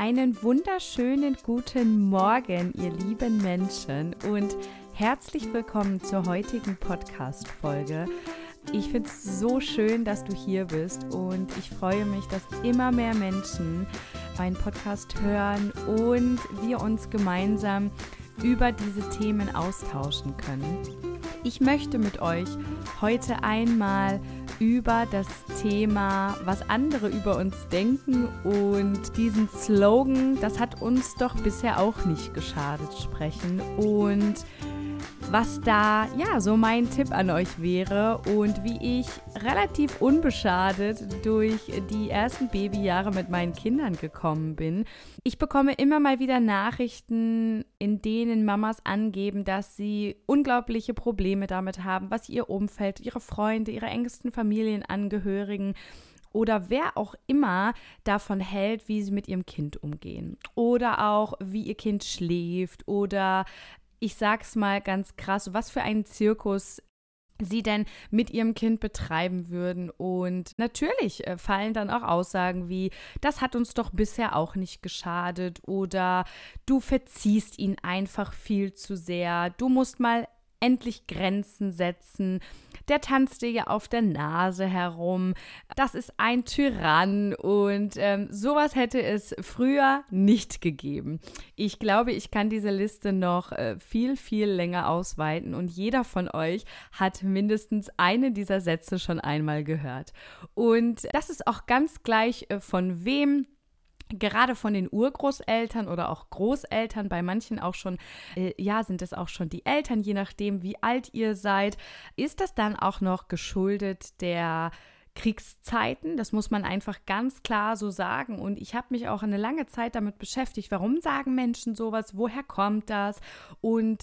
Einen wunderschönen guten Morgen, ihr lieben Menschen, und herzlich willkommen zur heutigen Podcast-Folge. Ich finde es so schön, dass du hier bist, und ich freue mich, dass immer mehr Menschen meinen Podcast hören und wir uns gemeinsam über diese Themen austauschen können. Ich möchte mit euch heute einmal über das Thema, was andere über uns denken, und diesen Slogan, das hat uns doch bisher auch nicht geschadet, sprechen, und was da so mein Tipp an euch wäre und wie ich relativ unbeschadet durch die ersten Babyjahre mit meinen Kindern gekommen bin. Ich bekomme immer mal wieder Nachrichten, in denen Mamas angeben, dass sie unglaubliche Probleme damit haben, was ihr Umfeld, ihre Freunde, ihre engsten Familienangehörigen oder wer auch immer davon hält, wie sie mit ihrem Kind umgehen. Oder auch, wie ihr Kind schläft, oder ich sag's mal ganz krass, was für einen Zirkus sie denn mit ihrem Kind betreiben würden. Und natürlich fallen dann auch Aussagen wie, das hat uns doch bisher auch nicht geschadet, oder du verziehst ihn einfach viel zu sehr, du musst mal endlich Grenzen setzen, der tanzt dir ja auf der Nase herum, das ist ein Tyrann, und sowas hätte es früher nicht gegeben. Ich glaube, ich kann diese Liste noch viel, viel länger ausweiten, und jeder von euch hat mindestens einen dieser Sätze schon einmal gehört. Und das ist auch ganz gleich von wem. Gerade von den Urgroßeltern oder auch Großeltern, bei manchen auch schon, sind es auch schon die Eltern, je nachdem, wie alt ihr seid, ist das dann auch noch geschuldet der Kriegszeiten. Das muss man einfach ganz klar so sagen, und ich habe mich auch eine lange Zeit damit beschäftigt, warum sagen Menschen sowas, woher kommt das, und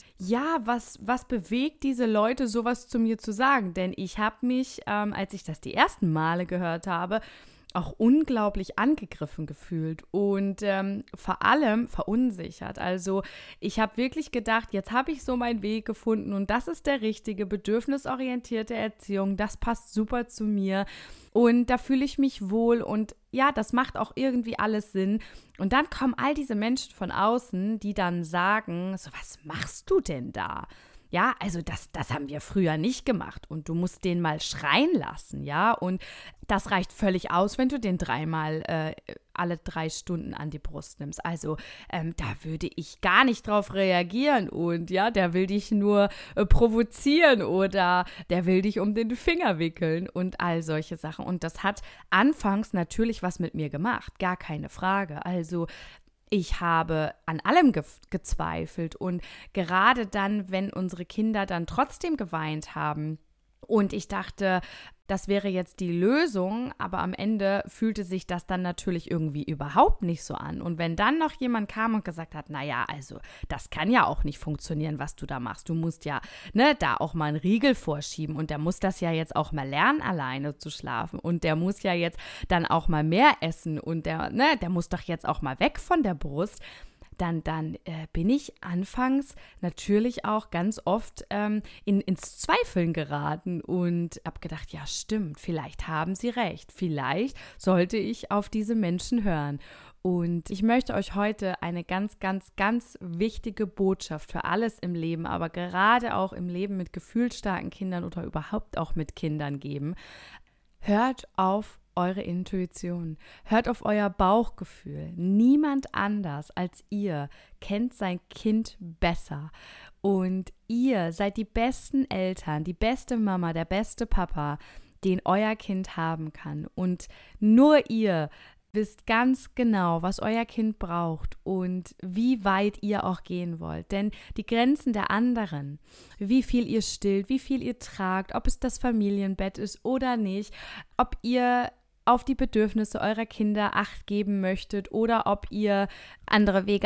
was bewegt diese Leute, sowas zu mir zu sagen, denn ich habe mich, als ich das die ersten Male gehört habe, auch unglaublich angegriffen gefühlt und vor allem verunsichert. Also ich habe wirklich gedacht, jetzt habe ich so meinen Weg gefunden, und das ist der richtige, bedürfnisorientierte Erziehung, das passt super zu mir, und da fühle ich mich wohl, und ja, das macht auch irgendwie alles Sinn. Und dann kommen all diese Menschen von außen, die dann sagen, so, was machst du denn da? Ja, also das haben wir früher nicht gemacht, und du musst den mal schreien lassen, ja, und das reicht völlig aus, wenn du den dreimal alle 3 Stunden an die Brust nimmst. Also da würde ich gar nicht drauf reagieren, und ja, der will dich nur provozieren, oder der will dich um den Finger wickeln und all solche Sachen, und das hat anfangs natürlich was mit mir gemacht, gar keine Frage. Also ich habe an allem gezweifelt, und gerade dann, wenn unsere Kinder dann trotzdem geweint haben und ich dachte, das wäre jetzt die Lösung, aber am Ende fühlte sich das dann natürlich irgendwie überhaupt nicht so an. Und wenn dann noch jemand kam und gesagt hat, naja, also das kann ja auch nicht funktionieren, was du da machst. Du musst ja da auch mal einen Riegel vorschieben, und der muss das ja jetzt auch mal lernen, alleine zu schlafen, und der muss ja jetzt dann auch mal mehr essen, und der muss doch jetzt auch mal weg von der Brust. Dann bin ich anfangs natürlich auch ganz oft ins Zweifeln geraten und habe gedacht, ja stimmt, vielleicht haben sie recht, vielleicht sollte ich auf diese Menschen hören. Und ich möchte euch heute eine ganz, ganz, ganz wichtige Botschaft für alles im Leben, aber gerade auch im Leben mit gefühlsstarken Kindern oder überhaupt auch mit Kindern geben. Hört auf eure Intuition. Hört auf euer Bauchgefühl. Niemand anders als ihr kennt sein Kind besser. Und ihr seid die besten Eltern, die beste Mama, der beste Papa, den euer Kind haben kann. Und nur ihr wisst ganz genau, was euer Kind braucht und wie weit ihr auch gehen wollt. Denn die Grenzen der anderen, wie viel ihr stillt, wie viel ihr tragt, ob es das Familienbett ist oder nicht, ob ihr auf die Bedürfnisse eurer Kinder Acht geben möchtet oder ob ihr andere Wege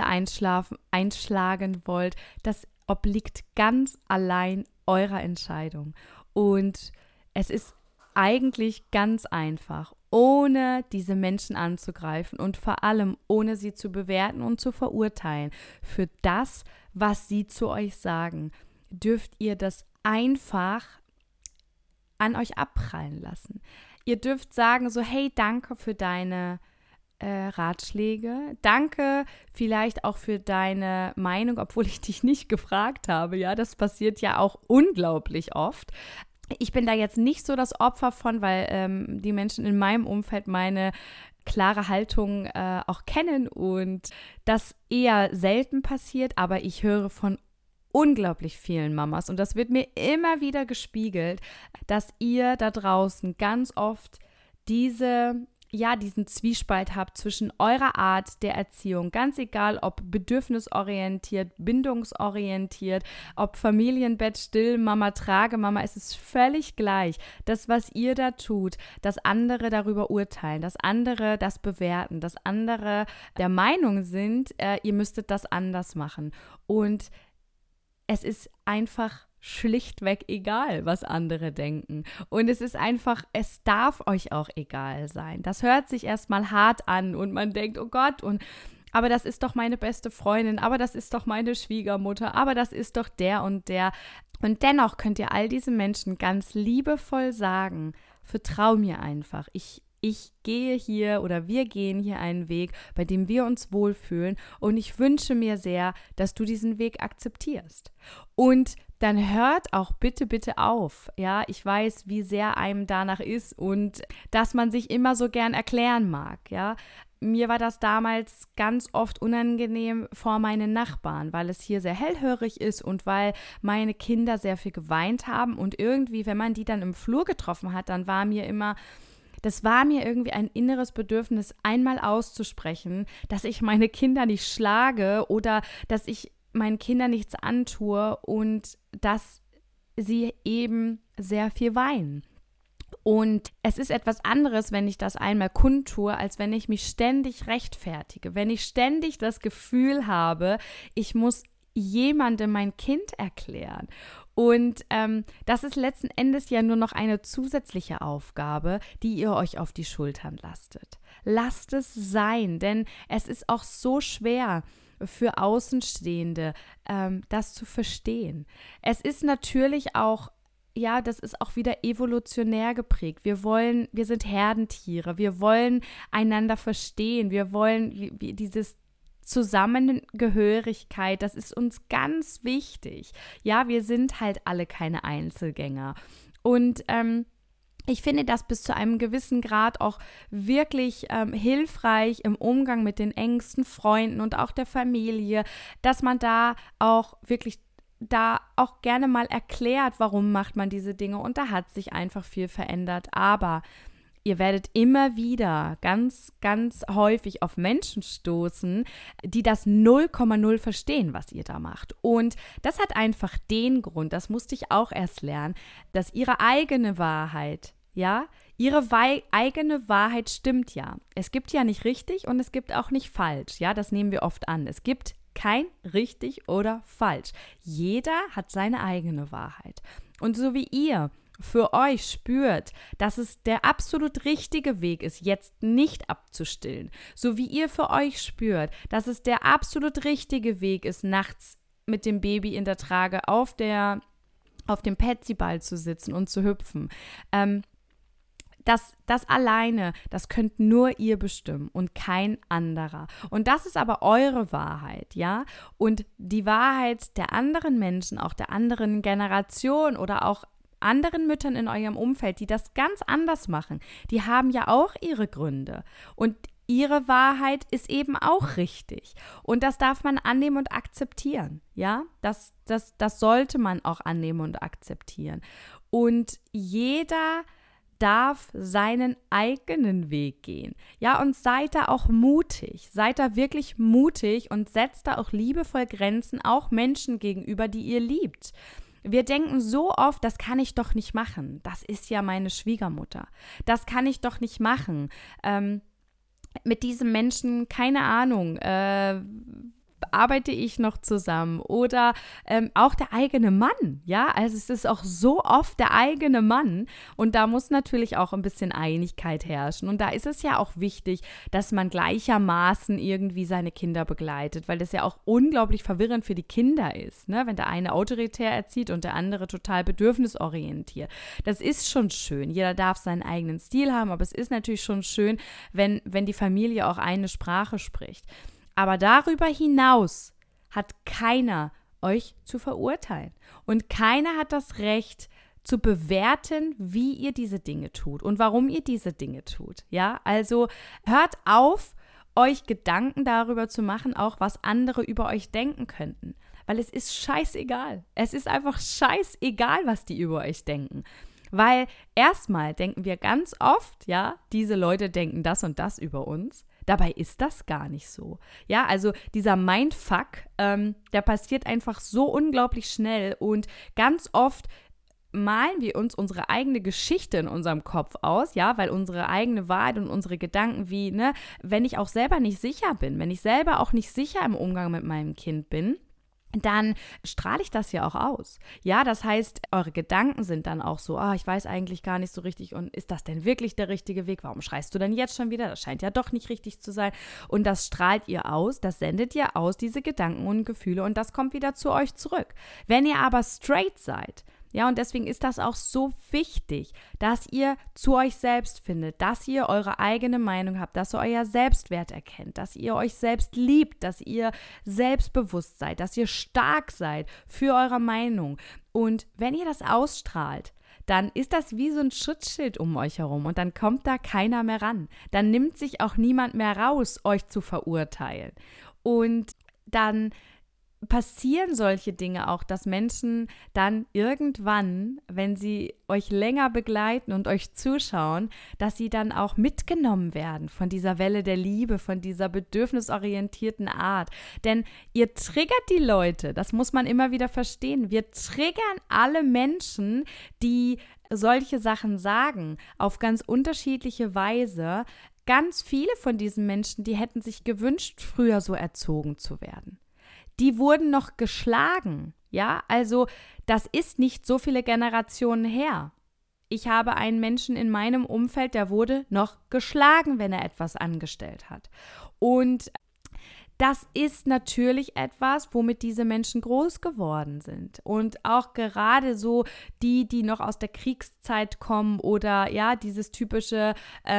einschlagen wollt, das obliegt ganz allein eurer Entscheidung. Und es ist eigentlich ganz einfach, ohne diese Menschen anzugreifen und vor allem ohne sie zu bewerten und zu verurteilen. Für das, was sie zu euch sagen, dürft ihr das einfach an euch abprallen lassen. Ihr dürft sagen so, hey, danke für deine Ratschläge. Danke vielleicht auch für deine Meinung, obwohl ich dich nicht gefragt habe. Ja, das passiert ja auch unglaublich oft. Ich bin da jetzt nicht so das Opfer von, weil die Menschen in meinem Umfeld meine klare Haltung auch kennen und das eher selten passiert, aber ich höre von unglaublich vielen Mamas und das wird mir immer wieder gespiegelt, dass ihr da draußen ganz oft diesen Zwiespalt habt zwischen eurer Art der Erziehung, ganz egal ob bedürfnisorientiert, bindungsorientiert, ob Familienbett, still, Mama, trage, Mama, es ist völlig gleich. Das, was ihr da tut, dass andere darüber urteilen, dass andere das bewerten, dass andere der Meinung sind, ihr müsstet das anders machen. Und es ist einfach schlichtweg egal, was andere denken. Und es darf euch auch egal sein. Das hört sich erstmal hart an und man denkt, oh Gott, aber das ist doch meine beste Freundin, aber das ist doch meine Schwiegermutter, aber das ist doch der und der. Und dennoch könnt ihr all diesen Menschen ganz liebevoll sagen, vertrau mir einfach. Ich gehe hier oder wir gehen hier einen Weg, bei dem wir uns wohlfühlen und ich wünsche mir sehr, dass du diesen Weg akzeptierst. Und dann hört auch bitte, bitte auf. Ja, ich weiß, wie sehr einem danach ist und dass man sich immer so gern erklären mag. Ja, mir war das damals ganz oft unangenehm vor meinen Nachbarn, weil es hier sehr hellhörig ist und weil meine Kinder sehr viel geweint haben und irgendwie, wenn man die dann im Flur getroffen hat, dann war mir irgendwie ein inneres Bedürfnis, einmal auszusprechen, dass ich meine Kinder nicht schlage oder dass ich meinen Kindern nichts antue und dass sie eben sehr viel weinen. Und es ist etwas anderes, wenn ich das einmal kundtue, als wenn ich mich ständig rechtfertige, wenn ich ständig das Gefühl habe, ich muss jemandem mein Kind erklären. Und das ist letzten Endes ja nur noch eine zusätzliche Aufgabe, die ihr euch auf die Schultern lastet. Lasst es sein, denn es ist auch so schwer für Außenstehende, das zu verstehen. Es ist natürlich auch, ja, das ist auch wieder evolutionär geprägt. Wir sind Herdentiere, wir wollen einander verstehen, wir wollen dieses Zusammengehörigkeit, das ist uns ganz wichtig. Ja, wir sind halt alle keine Einzelgänger. Und ich finde das bis zu einem gewissen Grad auch wirklich hilfreich im Umgang mit den engsten Freunden und auch der Familie, dass man da auch gerne mal erklärt, warum macht man diese Dinge und da hat sich einfach viel verändert. Aber ihr werdet immer wieder ganz, ganz häufig auf Menschen stoßen, die das 0,0 verstehen, was ihr da macht. Und das hat einfach den Grund, das musste ich auch erst lernen, dass ihre eigene Wahrheit, ja, eigene Wahrheit stimmt ja. Es gibt ja nicht richtig und es gibt auch nicht falsch. Ja, das nehmen wir oft an. Es gibt kein richtig oder falsch. Jeder hat seine eigene Wahrheit. Und so wie ihr für euch spürt, dass es der absolut richtige Weg ist, jetzt nicht abzustillen, so wie ihr für euch spürt, dass es der absolut richtige Weg ist, nachts mit dem Baby in der Trage auf dem Petsyball zu sitzen und zu hüpfen, das alleine, das könnt nur ihr bestimmen und kein anderer. Und das ist aber eure Wahrheit, ja? Und die Wahrheit der anderen Menschen, auch der anderen Generation oder auch anderen Müttern in eurem Umfeld, die das ganz anders machen, die haben ja auch ihre Gründe. Und ihre Wahrheit ist eben auch richtig. Und das darf man annehmen und akzeptieren, ja? Das sollte man auch annehmen und akzeptieren. Und jeder darf seinen eigenen Weg gehen. Ja, und seid da auch mutig. Seid da wirklich mutig und setzt da auch liebevoll Grenzen, auch Menschen gegenüber, die ihr liebt. Wir denken so oft, das kann ich doch nicht machen. Das ist ja meine Schwiegermutter. Das kann ich doch nicht machen. Mit diesem Menschen, keine Ahnung, arbeite ich noch zusammen? Oder auch der eigene Mann, ja, also es ist auch so oft der eigene Mann und da muss natürlich auch ein bisschen Einigkeit herrschen und da ist es ja auch wichtig, dass man gleichermaßen irgendwie seine Kinder begleitet, weil das ja auch unglaublich verwirrend für die Kinder ist, ne? Wenn der eine autoritär erzieht und der andere total bedürfnisorientiert. Das ist schon schön, jeder darf seinen eigenen Stil haben, aber es ist natürlich schon schön, wenn die Familie auch eine Sprache spricht. Aber darüber hinaus hat keiner euch zu verurteilen. Und keiner hat das Recht zu bewerten, wie ihr diese Dinge tut und warum ihr diese Dinge tut. Ja, also hört auf, euch Gedanken darüber zu machen, auch was andere über euch denken könnten. Weil es ist scheißegal. Es ist einfach scheißegal, was die über euch denken. Weil erstmal denken wir ganz oft, ja, diese Leute denken das und das über uns. Dabei ist das gar nicht so. Ja, also dieser Mindfuck, der passiert einfach so unglaublich schnell und ganz oft malen wir uns unsere eigene Geschichte in unserem Kopf aus, ja, weil unsere eigene Wahrheit und unsere Gedanken wie, ne, wenn ich auch selber nicht sicher bin, wenn ich selber auch nicht sicher im Umgang mit meinem Kind bin, dann strahle ich das ja auch aus. Ja, das heißt, eure Gedanken sind dann auch so, ich weiß eigentlich gar nicht so richtig und ist das denn wirklich der richtige Weg? Warum schreist du denn jetzt schon wieder? Das scheint ja doch nicht richtig zu sein. Und das strahlt ihr aus, das sendet ihr aus, diese Gedanken und Gefühle und das kommt wieder zu euch zurück. Wenn ihr aber straight seid, ja, und deswegen ist das auch so wichtig, dass ihr zu euch selbst findet, dass ihr eure eigene Meinung habt, dass ihr euer Selbstwert erkennt, dass ihr euch selbst liebt, dass ihr selbstbewusst seid, dass ihr stark seid für eure Meinung. Und wenn ihr das ausstrahlt, dann ist das wie so ein Schutzschild um euch herum und dann kommt da keiner mehr ran. Dann nimmt sich auch niemand mehr raus, euch zu verurteilen. Und dann passieren solche Dinge auch, dass Menschen dann irgendwann, wenn sie euch länger begleiten und euch zuschauen, dass sie dann auch mitgenommen werden von dieser Welle der Liebe, von dieser bedürfnisorientierten Art. Denn ihr triggert die Leute, das muss man immer wieder verstehen. Wir triggern alle Menschen, die solche Sachen sagen, auf ganz unterschiedliche Weise. Ganz viele von diesen Menschen, die hätten sich gewünscht, früher so erzogen zu werden. Die wurden noch geschlagen, ja, also das ist nicht so viele Generationen her. Ich habe einen Menschen in meinem Umfeld, der wurde noch geschlagen, wenn er etwas angestellt hat. Und das ist natürlich etwas, womit diese Menschen groß geworden sind. Und auch gerade so die noch aus der Kriegszeit kommen oder ja, dieses typische,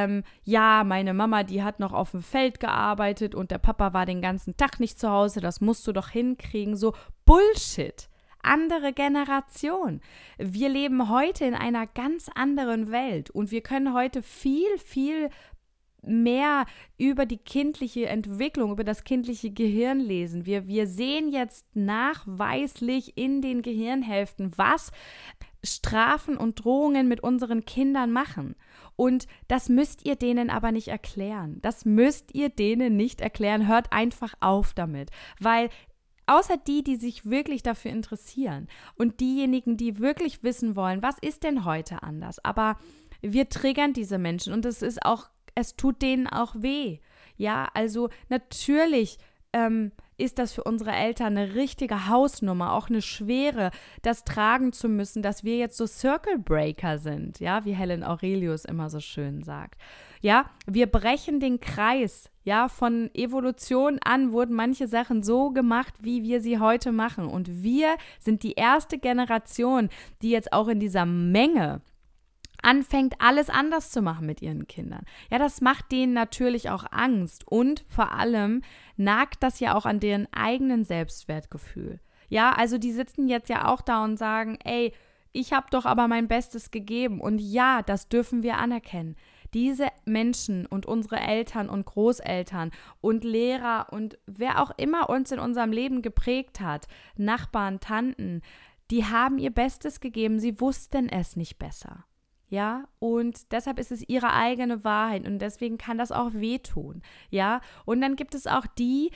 meine Mama, die hat noch auf dem Feld gearbeitet und der Papa war den ganzen Tag nicht zu Hause, das musst du doch hinkriegen. So Bullshit. Andere Generation. Wir leben heute in einer ganz anderen Welt und wir können heute viel, viel mehr über die kindliche Entwicklung, über das kindliche Gehirn lesen. Wir sehen jetzt nachweislich in den Gehirnhälften, was Strafen und Drohungen mit unseren Kindern machen. Und das müsst ihr denen aber nicht erklären. Das müsst ihr denen nicht erklären. Hört einfach auf damit, weil außer die sich wirklich dafür interessieren und diejenigen, die wirklich wissen wollen, was ist denn heute anders? Aber wir triggern diese Menschen und es tut denen auch weh. Ja, also natürlich ist das für unsere Eltern eine richtige Hausnummer, auch eine schwere, das tragen zu müssen, dass wir jetzt so Circle Breaker sind, ja, wie Helen Aurelius immer so schön sagt. Ja, wir brechen den Kreis, ja, von Evolution an wurden manche Sachen so gemacht, wie wir sie heute machen. Und wir sind die erste Generation, die jetzt auch in dieser Menge anfängt, alles anders zu machen mit ihren Kindern. Ja, das macht denen natürlich auch Angst und vor allem nagt das ja auch an deren eigenen Selbstwertgefühl. Ja, also die sitzen jetzt ja auch da und sagen, ey, ich habe doch aber mein Bestes gegeben und ja, das dürfen wir anerkennen. Diese Menschen und unsere Eltern und Großeltern und Lehrer und wer auch immer uns in unserem Leben geprägt hat, Nachbarn, Tanten, die haben ihr Bestes gegeben, sie wussten es nicht besser. Ja, und deshalb ist es ihre eigene Wahrheit und deswegen kann das auch wehtun, ja. Und dann gibt es auch die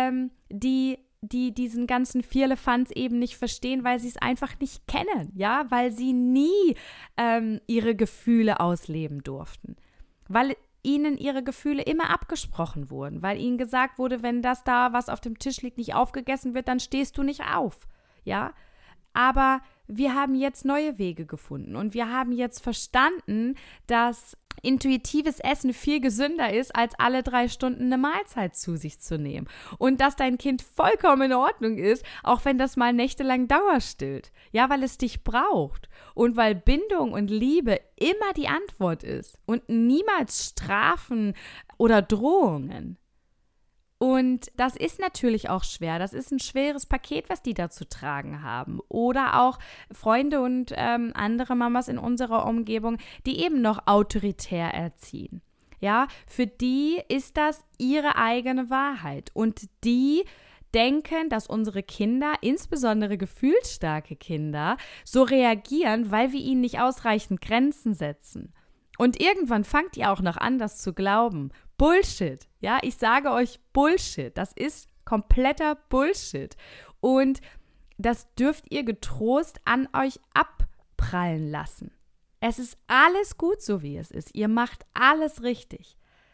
diesen ganzen Firlefanz eben nicht verstehen, weil sie es einfach nicht kennen, ja, weil sie nie ihre Gefühle ausleben durften. Weil ihnen ihre Gefühle immer abgesprochen wurden, weil ihnen gesagt wurde, wenn das da, was auf dem Tisch liegt, nicht aufgegessen wird, dann stehst du nicht auf, ja. Aber wir haben jetzt neue Wege gefunden und wir haben jetzt verstanden, dass intuitives Essen viel gesünder ist, als alle 3 Stunden eine Mahlzeit zu sich zu nehmen. Und dass dein Kind vollkommen in Ordnung ist, auch wenn das mal nächtelang dauerstillt. Ja, weil es dich braucht und weil Bindung und Liebe immer die Antwort ist und niemals Strafen oder Drohungen. Und das ist natürlich auch schwer. Das ist ein schweres Paket, was die da zu tragen haben. Oder auch Freunde und andere Mamas in unserer Umgebung, die eben noch autoritär erziehen. Ja, für die ist das ihre eigene Wahrheit. Und die denken, dass unsere Kinder, insbesondere gefühlsstarke Kinder, so reagieren, weil wir ihnen nicht ausreichend Grenzen setzen. Und irgendwann fangt ihr auch noch an, das zu glauben. Bullshit. Ja, ich sage euch Bullshit. Das ist kompletter Bullshit. Und das dürft ihr getrost an euch abprallen lassen. Es ist alles gut, so wie es ist. Ihr macht alles richtig.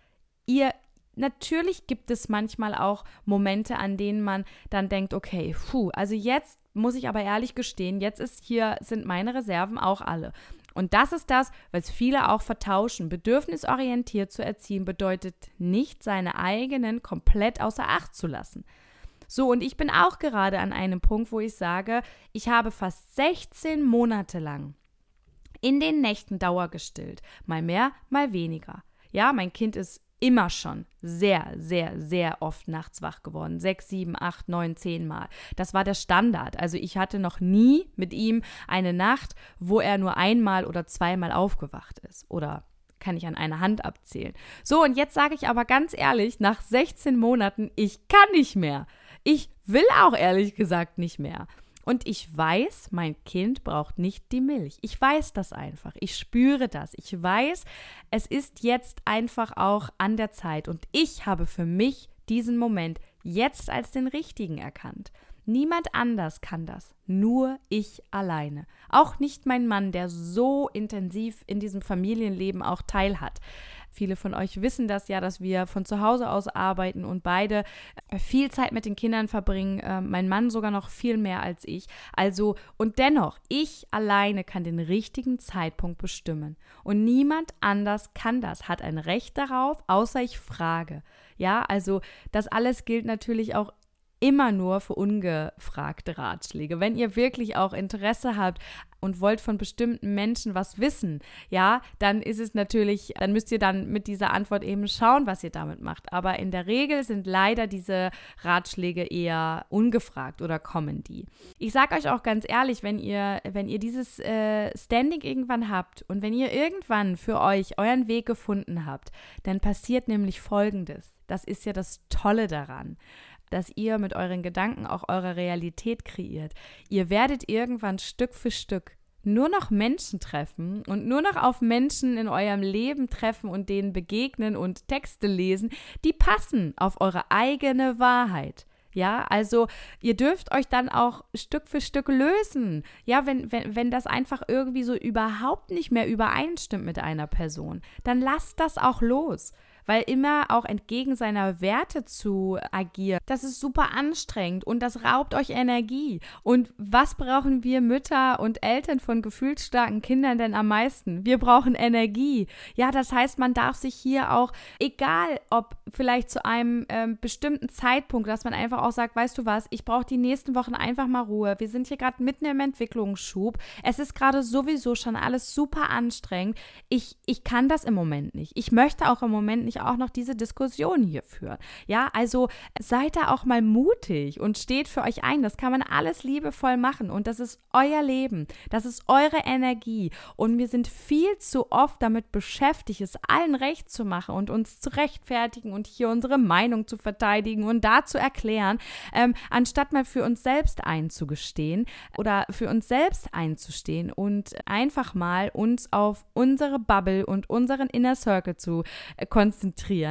Natürlich gibt es manchmal auch Momente, an denen man dann denkt, okay, also jetzt muss ich aber ehrlich gestehen, sind meine Reserven auch alle. Und das ist das, was viele auch vertauschen. Bedürfnisorientiert zu erziehen bedeutet nicht, seine eigenen komplett außer Acht zu lassen. So, und ich bin auch gerade an einem Punkt, wo ich sage, ich habe fast 16 Monate lang in den Nächten dauergestillt. Mal mehr, mal weniger. Ja, mein Kind ist immer schon sehr, sehr, sehr oft nachts wach geworden. 6, 7, 8, 9, 10 Mal. Das war der Standard. Also ich hatte noch nie mit ihm eine Nacht, wo er nur einmal oder zweimal aufgewacht ist. Oder kann ich an einer Hand abzählen. So, und jetzt sage ich aber ganz ehrlich, nach 16 Monaten, ich kann nicht mehr. Ich will auch ehrlich gesagt nicht mehr. Und ich weiß, mein Kind braucht nicht die Milch. Ich weiß das einfach. Ich spüre das. Ich weiß, es ist jetzt einfach auch an der Zeit. Und ich habe für mich diesen Moment jetzt als den richtigen erkannt. Niemand anders kann das. Nur ich alleine. Auch nicht mein Mann, der so intensiv in diesem Familienleben auch teilhat. Viele von euch wissen das ja, dass wir von zu Hause aus arbeiten und beide viel Zeit mit den Kindern verbringen. Mein Mann sogar noch viel mehr als ich. Also, und dennoch, ich alleine kann den richtigen Zeitpunkt bestimmen. Und niemand anders kann das, hat ein Recht darauf, außer ich frage. Ja, also das alles gilt natürlich auch immer nur für ungefragte Ratschläge. Wenn ihr wirklich auch Interesse habt und wollt von bestimmten Menschen was wissen, ja, dann müsst ihr dann mit dieser Antwort eben schauen, was ihr damit macht. Aber in der Regel sind leider diese Ratschläge eher ungefragt oder kommen die. Ich sage euch auch ganz ehrlich, wenn ihr dieses Standing irgendwann habt und wenn ihr irgendwann für euch euren Weg gefunden habt, dann passiert nämlich Folgendes. Das ist ja das Tolle daran, dass ihr mit euren Gedanken auch eure Realität kreiert. Ihr werdet irgendwann Stück für Stück nur noch Menschen treffen und nur noch auf Menschen in eurem Leben treffen und denen begegnen und Texte lesen, die passen auf eure eigene Wahrheit. Ja, also ihr dürft euch dann auch Stück für Stück lösen. Ja, wenn das einfach irgendwie so überhaupt nicht mehr übereinstimmt mit einer Person, dann lasst das auch los. Weil immer auch entgegen seiner Werte zu agieren, das ist super anstrengend und das raubt euch Energie. Und was brauchen wir Mütter und Eltern von gefühlsstarken Kindern denn am meisten? Wir brauchen Energie. Ja, das heißt, man darf sich hier auch, egal ob vielleicht zu einem bestimmten Zeitpunkt, dass man einfach auch sagt, weißt du was, ich brauche die nächsten Wochen einfach mal Ruhe. Wir sind hier gerade mitten im Entwicklungsschub. Es ist gerade sowieso schon alles super anstrengend. Ich kann das im Moment nicht. Ich möchte auch im Moment nicht auch noch diese Diskussion hier führen. Ja, also seid da auch mal mutig und steht für euch ein. Das kann man alles liebevoll machen und das ist euer Leben. Das ist eure Energie und wir sind viel zu oft damit beschäftigt, es allen recht zu machen und uns zu rechtfertigen und hier unsere Meinung zu verteidigen und da zu erklären, anstatt mal für uns selbst einzugestehen oder für uns selbst einzustehen und einfach mal uns auf unsere Bubble und unseren Inner Circle zu konzentrieren.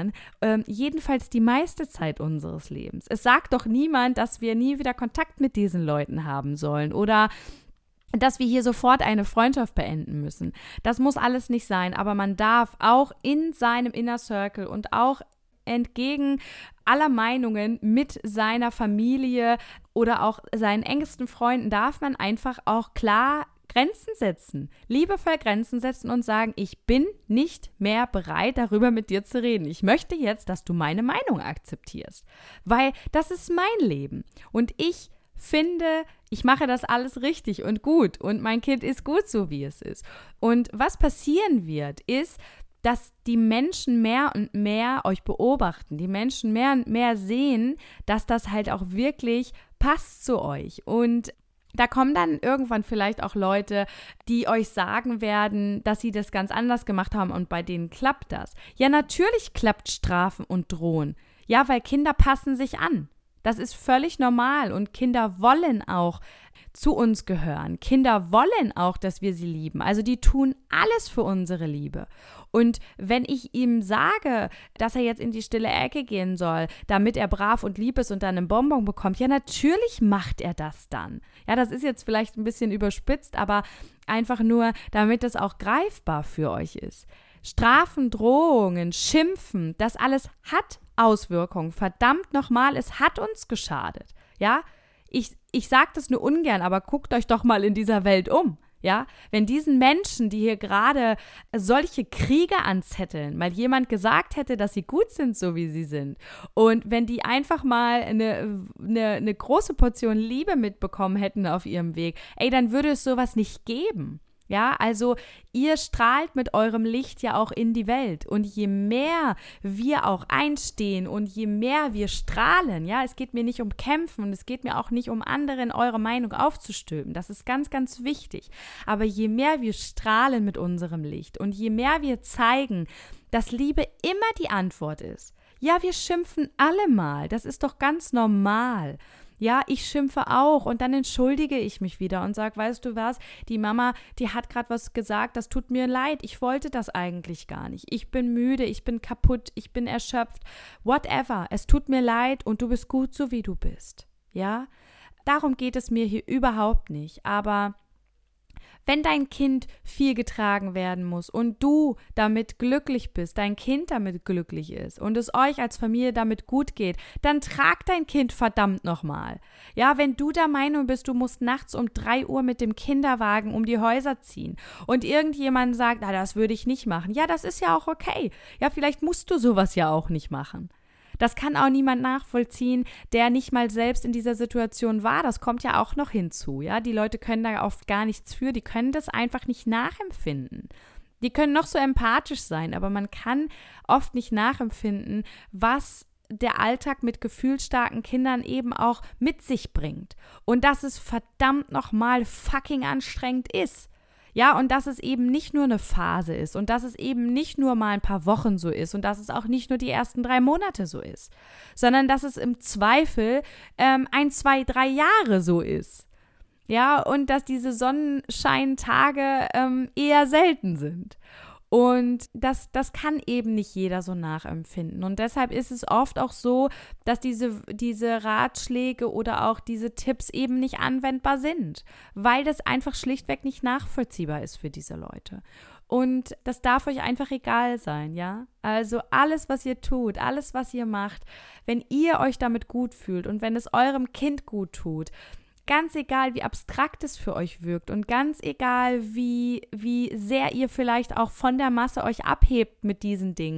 Jedenfalls die meiste Zeit unseres Lebens. Es sagt doch niemand, dass wir nie wieder Kontakt mit diesen Leuten haben sollen oder dass wir hier sofort eine Freundschaft beenden müssen. Das muss alles nicht sein, aber man darf auch in seinem Inner Circle und auch entgegen aller Meinungen mit seiner Familie oder auch seinen engsten Freunden darf man einfach auch klar Grenzen setzen, liebevoll Grenzen setzen und sagen, ich bin nicht mehr bereit, darüber mit dir zu reden. Ich möchte jetzt, dass du meine Meinung akzeptierst, weil das ist mein Leben und ich finde, ich mache das alles richtig und gut und mein Kind ist gut so, wie es ist. Und was passieren wird, ist, dass die Menschen mehr und mehr euch beobachten, die Menschen mehr und mehr sehen, dass das halt auch wirklich passt zu euch. Und da kommen dann irgendwann vielleicht auch Leute, die euch sagen werden, dass sie das ganz anders gemacht haben und bei denen klappt das. Ja, natürlich klappt Strafen und Drohen. Ja, weil Kinder passen sich an. Das ist völlig normal und Kinder wollen auch zu uns gehören. Kinder wollen auch, dass wir sie lieben. Also die tun alles für unsere Liebe. Und wenn ich ihm sage, dass er jetzt in die stille Ecke gehen soll, damit er brav und lieb ist und dann einen Bonbon bekommt, ja, natürlich macht er das dann. Ja, das ist jetzt vielleicht ein bisschen überspitzt, aber einfach nur, damit es auch greifbar für euch ist. Strafen, Drohungen, Schimpfen, das alles hat Auswirkungen. Verdammt nochmal, es hat uns geschadet. Ja, ich sage das nur ungern, aber guckt euch doch mal in dieser Welt um. Ja, wenn diesen Menschen, die hier gerade solche Kriege anzetteln, mal jemand gesagt hätte, dass sie gut sind, so wie sie sind, und wenn die einfach mal eine große Portion Liebe mitbekommen hätten auf ihrem Weg, dann würde es sowas nicht geben. Ja, also ihr strahlt mit eurem Licht ja auch in die Welt und je mehr wir auch einstehen und je mehr wir strahlen, ja, es geht mir nicht um Kämpfen und es geht mir auch nicht um anderen eure Meinung aufzustülpen, das ist ganz, ganz wichtig, aber je mehr wir strahlen mit unserem Licht und je mehr wir zeigen, dass Liebe immer die Antwort ist, ja, wir schimpfen alle mal, das ist doch ganz normal. Ja, ich schimpfe auch und dann entschuldige ich mich wieder und sage, weißt du was, die Mama, die hat gerade was gesagt, das tut mir leid, ich wollte das eigentlich gar nicht. Ich bin müde, ich bin kaputt, ich bin erschöpft, whatever, es tut mir leid und du bist gut so, wie du bist. Ja, darum geht es mir hier überhaupt nicht, aber wenn dein Kind viel getragen werden muss und du damit glücklich bist, dein Kind damit glücklich ist und es euch als Familie damit gut geht, dann trag dein Kind verdammt nochmal. Ja, wenn du der Meinung bist, du musst nachts um 3 Uhr mit dem Kinderwagen um die Häuser ziehen und irgendjemand sagt, na, das würde ich nicht machen. Ja, das ist ja auch okay. Ja, vielleicht musst du sowas ja auch nicht machen. Das kann auch niemand nachvollziehen, der nicht mal selbst in dieser Situation war. Das kommt ja auch noch hinzu, ja. Die Leute können da oft gar nichts für, die können das einfach nicht nachempfinden. Die können noch so empathisch sein, aber man kann oft nicht nachempfinden, was der Alltag mit gefühlsstarken Kindern eben auch mit sich bringt. Und dass es verdammt nochmal fucking anstrengend ist. Ja, und dass es eben nicht nur eine Phase ist und dass es eben nicht nur mal ein paar Wochen so ist und dass es auch nicht nur die ersten 3 Monate so ist, sondern dass es im Zweifel 1, 2, 3 Jahre so ist. Ja, und dass diese Sonnenscheintage eher selten sind. Und das kann eben nicht jeder so nachempfinden. Und deshalb ist es oft auch so, dass diese Ratschläge oder auch diese Tipps eben nicht anwendbar sind, weil das einfach schlichtweg nicht nachvollziehbar ist für diese Leute. Und das darf euch einfach egal sein, ja? Also alles, was ihr tut, alles, was ihr macht, wenn ihr euch damit gut fühlt und wenn es eurem Kind gut tut, ganz egal, wie abstrakt es für euch wirkt und ganz egal, wie sehr ihr vielleicht auch von der Masse euch abhebt mit diesen Dingen,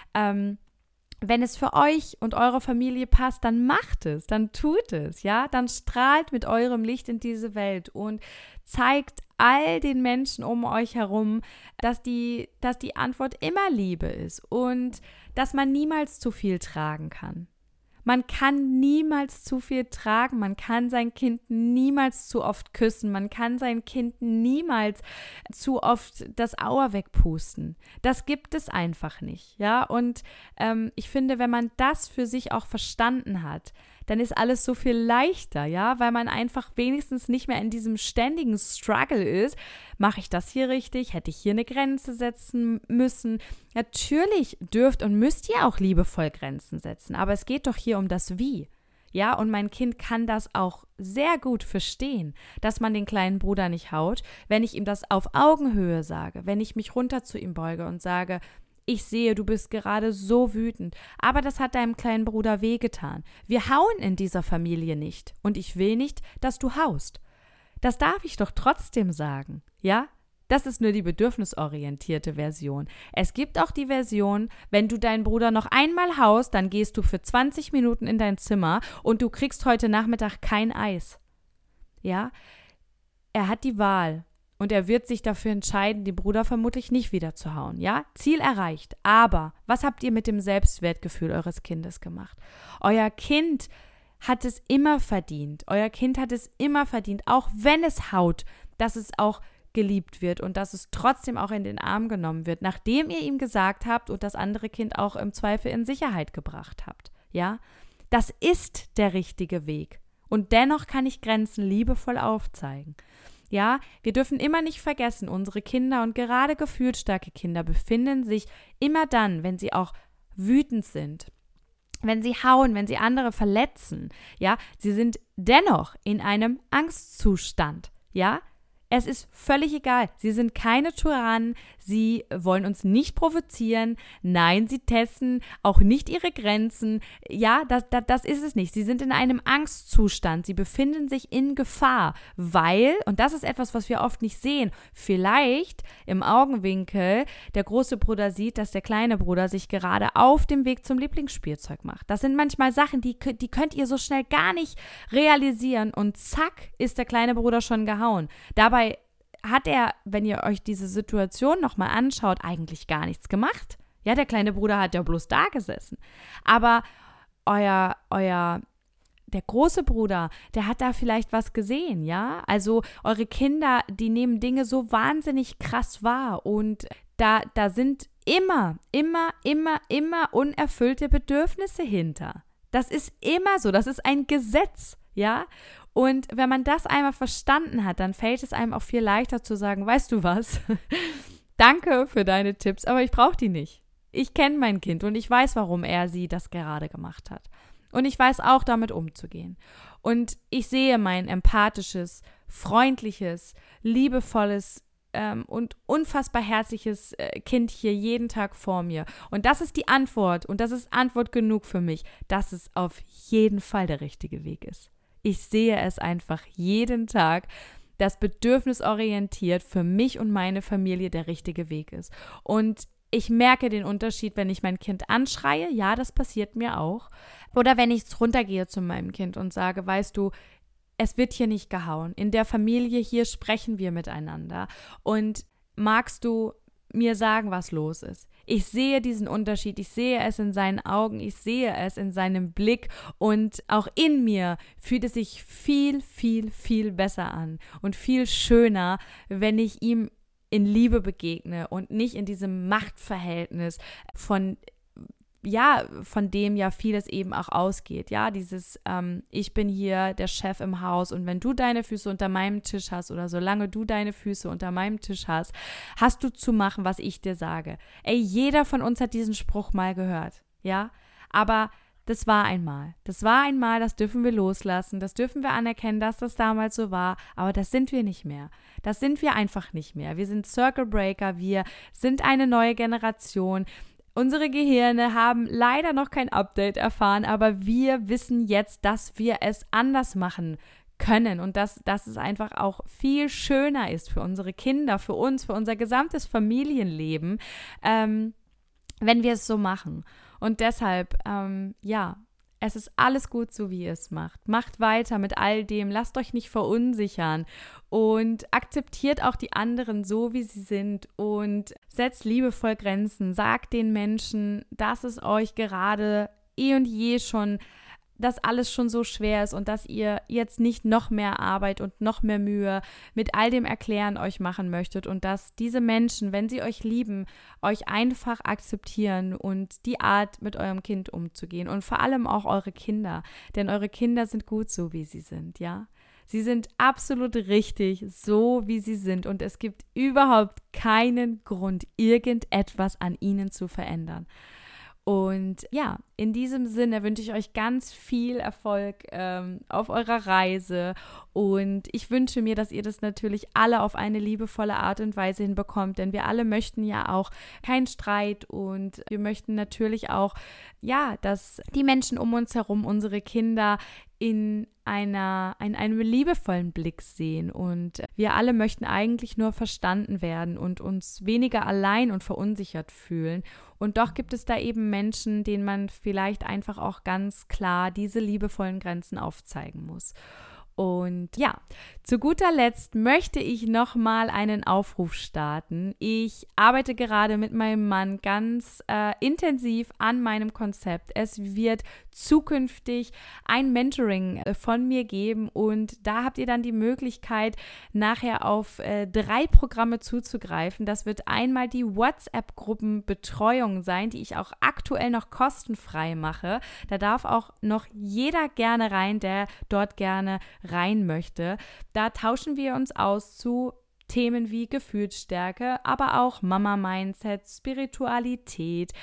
wenn es für euch und eure Familie passt, dann macht es, dann tut es, ja, dann strahlt mit eurem Licht in diese Welt und zeigt all den Menschen um euch herum, dass die Antwort immer Liebe ist und dass man niemals zu viel tragen kann. Man kann niemals zu viel tragen, man kann sein Kind niemals zu oft küssen, man kann sein Kind niemals zu oft das Auer wegpusten. Das gibt es einfach nicht, ja, und ich finde, wenn man das für sich auch verstanden hat, dann ist alles so viel leichter, ja, weil man einfach wenigstens nicht mehr in diesem ständigen Struggle ist. Mache ich das hier richtig? Hätte ich hier eine Grenze setzen müssen? Natürlich dürft und müsst ihr auch liebevoll Grenzen setzen, aber es geht doch hier um das Wie. Ja, und mein Kind kann das auch sehr gut verstehen, dass man den kleinen Bruder nicht haut, wenn ich ihm das auf Augenhöhe sage, wenn ich mich runter zu ihm beuge und sage, ich sehe, du bist gerade so wütend, aber das hat deinem kleinen Bruder wehgetan. Wir hauen in dieser Familie nicht und ich will nicht, dass du haust. Das darf ich doch trotzdem sagen, ja? Das ist nur die bedürfnisorientierte Version. Es gibt auch die Version, wenn du deinen Bruder noch einmal haust, dann gehst du für 20 Minuten in dein Zimmer und du kriegst heute Nachmittag kein Eis. Ja, er hat die Wahl und er wird sich dafür entscheiden, den Bruder vermutlich nicht wieder zu hauen. Ja, Ziel erreicht. Aber was habt ihr mit dem Selbstwertgefühl eures Kindes gemacht? Euer Kind hat es immer verdient. Euer Kind hat es immer verdient, auch wenn es haut, dass es auch geliebt wird und dass es trotzdem auch in den Arm genommen wird, nachdem ihr ihm gesagt habt und das andere Kind auch im Zweifel in Sicherheit gebracht habt. Ja, das ist der richtige Weg. Und dennoch kann ich Grenzen liebevoll aufzeigen. Ja, wir dürfen immer nicht vergessen, unsere Kinder und gerade gefühlsstarke Kinder befinden sich immer dann, wenn sie auch wütend sind, wenn sie hauen, wenn sie andere verletzen, ja, sie sind dennoch in einem Angstzustand, ja. Es ist völlig egal. Sie sind keine Tyrannen, sie wollen uns nicht provozieren. Nein, sie testen auch nicht ihre Grenzen. Ja, das ist es nicht. Sie sind in einem Angstzustand. Sie befinden sich in Gefahr, weil, und das ist etwas, was wir oft nicht sehen, vielleicht im Augenwinkel der große Bruder sieht, dass der kleine Bruder sich gerade auf dem Weg zum Lieblingsspielzeug macht. Das sind manchmal Sachen, die könnt ihr so schnell gar nicht realisieren und zack, ist der kleine Bruder schon gehauen. Dabei hat er, wenn ihr euch diese Situation nochmal anschaut, eigentlich gar nichts gemacht. Ja, der kleine Bruder hat ja bloß da gesessen. Aber der große Bruder, der hat da vielleicht was gesehen, ja? Also eure Kinder, die nehmen Dinge so wahnsinnig krass wahr und da sind immer unerfüllte Bedürfnisse hinter. Das ist immer so, das ist ein Gesetz, ja? Und wenn man das einmal verstanden hat, dann fällt es einem auch viel leichter zu sagen, weißt du was, danke für deine Tipps, aber ich brauche die nicht. Ich kenne mein Kind und ich weiß, warum sie das gerade gemacht hat. Und ich weiß auch, damit umzugehen. Und ich sehe mein empathisches, freundliches, liebevolles und unfassbar herzliches Kind hier jeden Tag vor mir. Und das ist die Antwort und das ist Antwort genug für mich, dass es auf jeden Fall der richtige Weg ist. Ich sehe es einfach jeden Tag, dass bedürfnisorientiert für mich und meine Familie der richtige Weg ist. Und ich merke den Unterschied, wenn ich mein Kind anschreie. Ja, das passiert mir auch. Oder wenn ich runtergehe zu meinem Kind und sage, weißt du, es wird hier nicht gehauen. In der Familie hier sprechen wir miteinander. Und magst du mir sagen, was los ist? Ich sehe diesen Unterschied, ich sehe es in seinen Augen, ich sehe es in seinem Blick und auch in mir fühlt es sich viel, viel, viel besser an und viel schöner, wenn ich ihm in Liebe begegne und nicht in diesem Machtverhältnis von dem ja vieles eben auch ausgeht, ja, dieses ich bin hier der Chef im Haus und wenn du deine Füße unter meinem Tisch hast oder solange du deine Füße unter meinem Tisch hast, hast du zu machen, was ich dir sage. Ey, jeder von uns hat diesen Spruch mal gehört, ja, aber das war einmal, das dürfen wir loslassen, das dürfen wir anerkennen, dass das damals so war, aber das sind wir nicht mehr. Das sind wir einfach nicht mehr. Wir sind Circle Breaker, wir sind eine neue Generation. Unsere Gehirne haben leider noch kein Update erfahren, aber wir wissen jetzt, dass wir es anders machen können und dass es einfach auch viel schöner ist für unsere Kinder, für uns, für unser gesamtes Familienleben, wenn wir es so machen. Und deshalb, es ist alles gut so, wie ihr es macht. Macht weiter mit all dem, lasst euch nicht verunsichern und akzeptiert auch die anderen so, wie sie sind und setzt liebevoll Grenzen. Sagt den Menschen, dass es euch gerade und je schon, dass alles schon so schwer ist und dass ihr jetzt nicht noch mehr Arbeit und noch mehr Mühe mit all dem Erklären euch machen möchtet und dass diese Menschen, wenn sie euch lieben, euch einfach akzeptieren und die Art, mit eurem Kind umzugehen und vor allem auch eure Kinder, denn eure Kinder sind gut so, wie sie sind, ja. Sie sind absolut richtig, so wie sie sind und es gibt überhaupt keinen Grund, irgendetwas an ihnen zu verändern. Und ja, in diesem Sinne wünsche ich euch ganz viel Erfolg auf eurer Reise und ich wünsche mir, dass ihr das natürlich alle auf eine liebevolle Art und Weise hinbekommt, denn wir alle möchten ja auch keinen Streit und wir möchten natürlich auch, ja, dass die Menschen um uns herum, unsere Kinder, in einem liebevollen Blick sehen und wir alle möchten eigentlich nur verstanden werden und uns weniger allein und verunsichert fühlen und doch gibt es da eben Menschen, denen man vielleicht einfach auch ganz klar diese liebevollen Grenzen aufzeigen muss. Und ja, zu guter Letzt möchte ich nochmal einen Aufruf starten. Ich arbeite gerade mit meinem Mann ganz intensiv an meinem Konzept. Es wird zukünftig ein Mentoring von mir geben und da habt ihr dann die Möglichkeit, nachher auf 3 Programme zuzugreifen. Das wird einmal die WhatsApp-Gruppenbetreuung sein, die ich auch aktuell noch kostenfrei mache. Da darf auch noch jeder gerne rein, der dort gerne rein möchte. Da tauschen wir uns aus zu Themen wie Gefühlsstärke, aber auch Mama-Mindset, Spiritualität,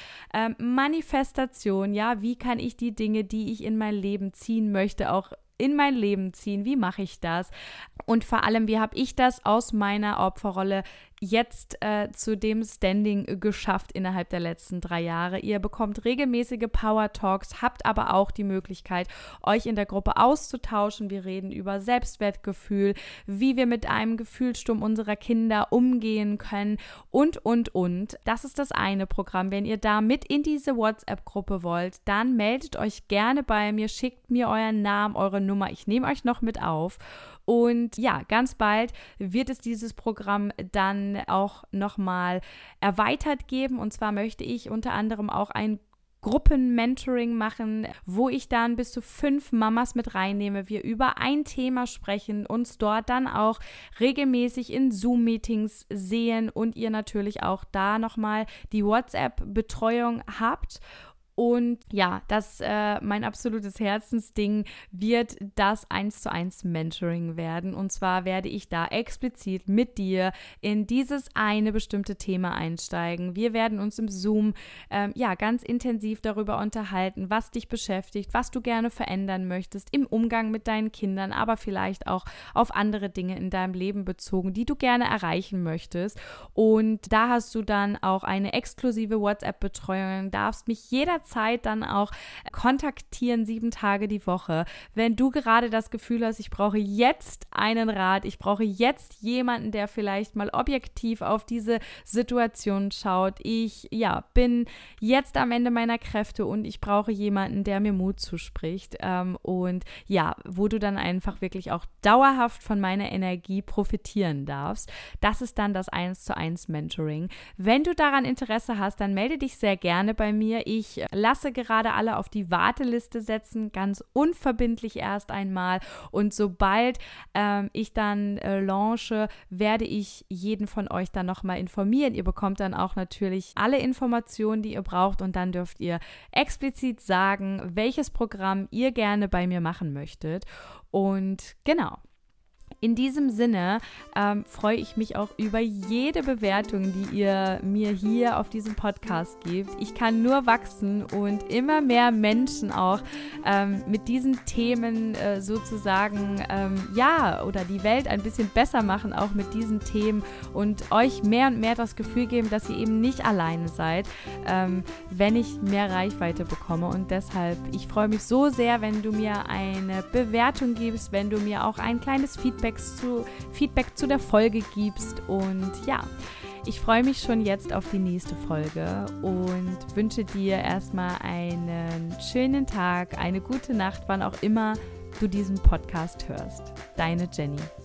Manifestation, ja, wie kann ich die Dinge, die ich in mein Leben ziehen möchte, auch in mein Leben ziehen, wie mache ich das? Und vor allem, wie habe ich das aus meiner Opferrolle jetzt zu dem Standing geschafft innerhalb der letzten 3 Jahre. Ihr bekommt regelmäßige Power Talks, habt aber auch die Möglichkeit, euch in der Gruppe auszutauschen. Wir reden über Selbstwertgefühl, wie wir mit einem Gefühlssturm unserer Kinder umgehen können und. Das ist das eine Programm. Wenn ihr da mit in diese WhatsApp-Gruppe wollt, dann meldet euch gerne bei mir, schickt mir euren Namen, eure Nummer. Ich nehme euch noch mit auf. Und ja, ganz bald wird es dieses Programm dann auch nochmal erweitert geben. Und zwar möchte ich unter anderem auch ein Gruppenmentoring machen, wo ich dann bis zu 5 Mamas mit reinnehme, wir über ein Thema sprechen, uns dort dann auch regelmäßig in Zoom-Meetings sehen und ihr natürlich auch da nochmal die WhatsApp-Betreuung habt. Und ja, das mein absolutes Herzensding wird das 1:1 Mentoring werden. Und zwar werde ich da explizit mit dir in dieses eine bestimmte Thema einsteigen. Wir werden uns im Zoom ganz intensiv darüber unterhalten, was dich beschäftigt, was du gerne verändern möchtest im Umgang mit deinen Kindern, aber vielleicht auch auf andere Dinge in deinem Leben bezogen, die du gerne erreichen möchtest. Und da hast du dann auch eine exklusive WhatsApp-Betreuung, darfst mich jederzeit dann auch kontaktieren, 7 Tage die Woche. Wenn du gerade das Gefühl hast, ich brauche jetzt einen Rat, ich brauche jetzt jemanden, der vielleicht mal objektiv auf diese Situation schaut. Ich bin jetzt am Ende meiner Kräfte und ich brauche jemanden, der mir Mut zuspricht wo du dann einfach wirklich auch dauerhaft von meiner Energie profitieren darfst. Das ist dann das 1:1 Mentoring. Wenn du daran Interesse hast, dann melde dich sehr gerne bei mir. Ich lasse gerade alle auf die Warteliste setzen, ganz unverbindlich erst einmal. Und sobald ich dann launche, werde ich jeden von euch dann nochmal informieren. Ihr bekommt dann auch natürlich alle Informationen, die ihr braucht und dann dürft ihr explizit sagen, welches Programm ihr gerne bei mir machen möchtet. Und genau. In diesem Sinne freue ich mich auch über jede Bewertung, die ihr mir hier auf diesem Podcast gebt. Ich kann nur wachsen und immer mehr Menschen auch mit diesen Themen oder die Welt ein bisschen besser machen, auch mit diesen Themen und euch mehr und mehr das Gefühl geben, dass ihr eben nicht alleine seid, wenn ich mehr Reichweite bekomme. Und deshalb, ich freue mich so sehr, wenn du mir eine Bewertung gibst, wenn du mir auch ein kleines Feedback zu der Folge gibst und ja, ich freue mich schon jetzt auf die nächste Folge und wünsche dir erstmal einen schönen Tag, eine gute Nacht, wann auch immer du diesen Podcast hörst. Deine Jenny.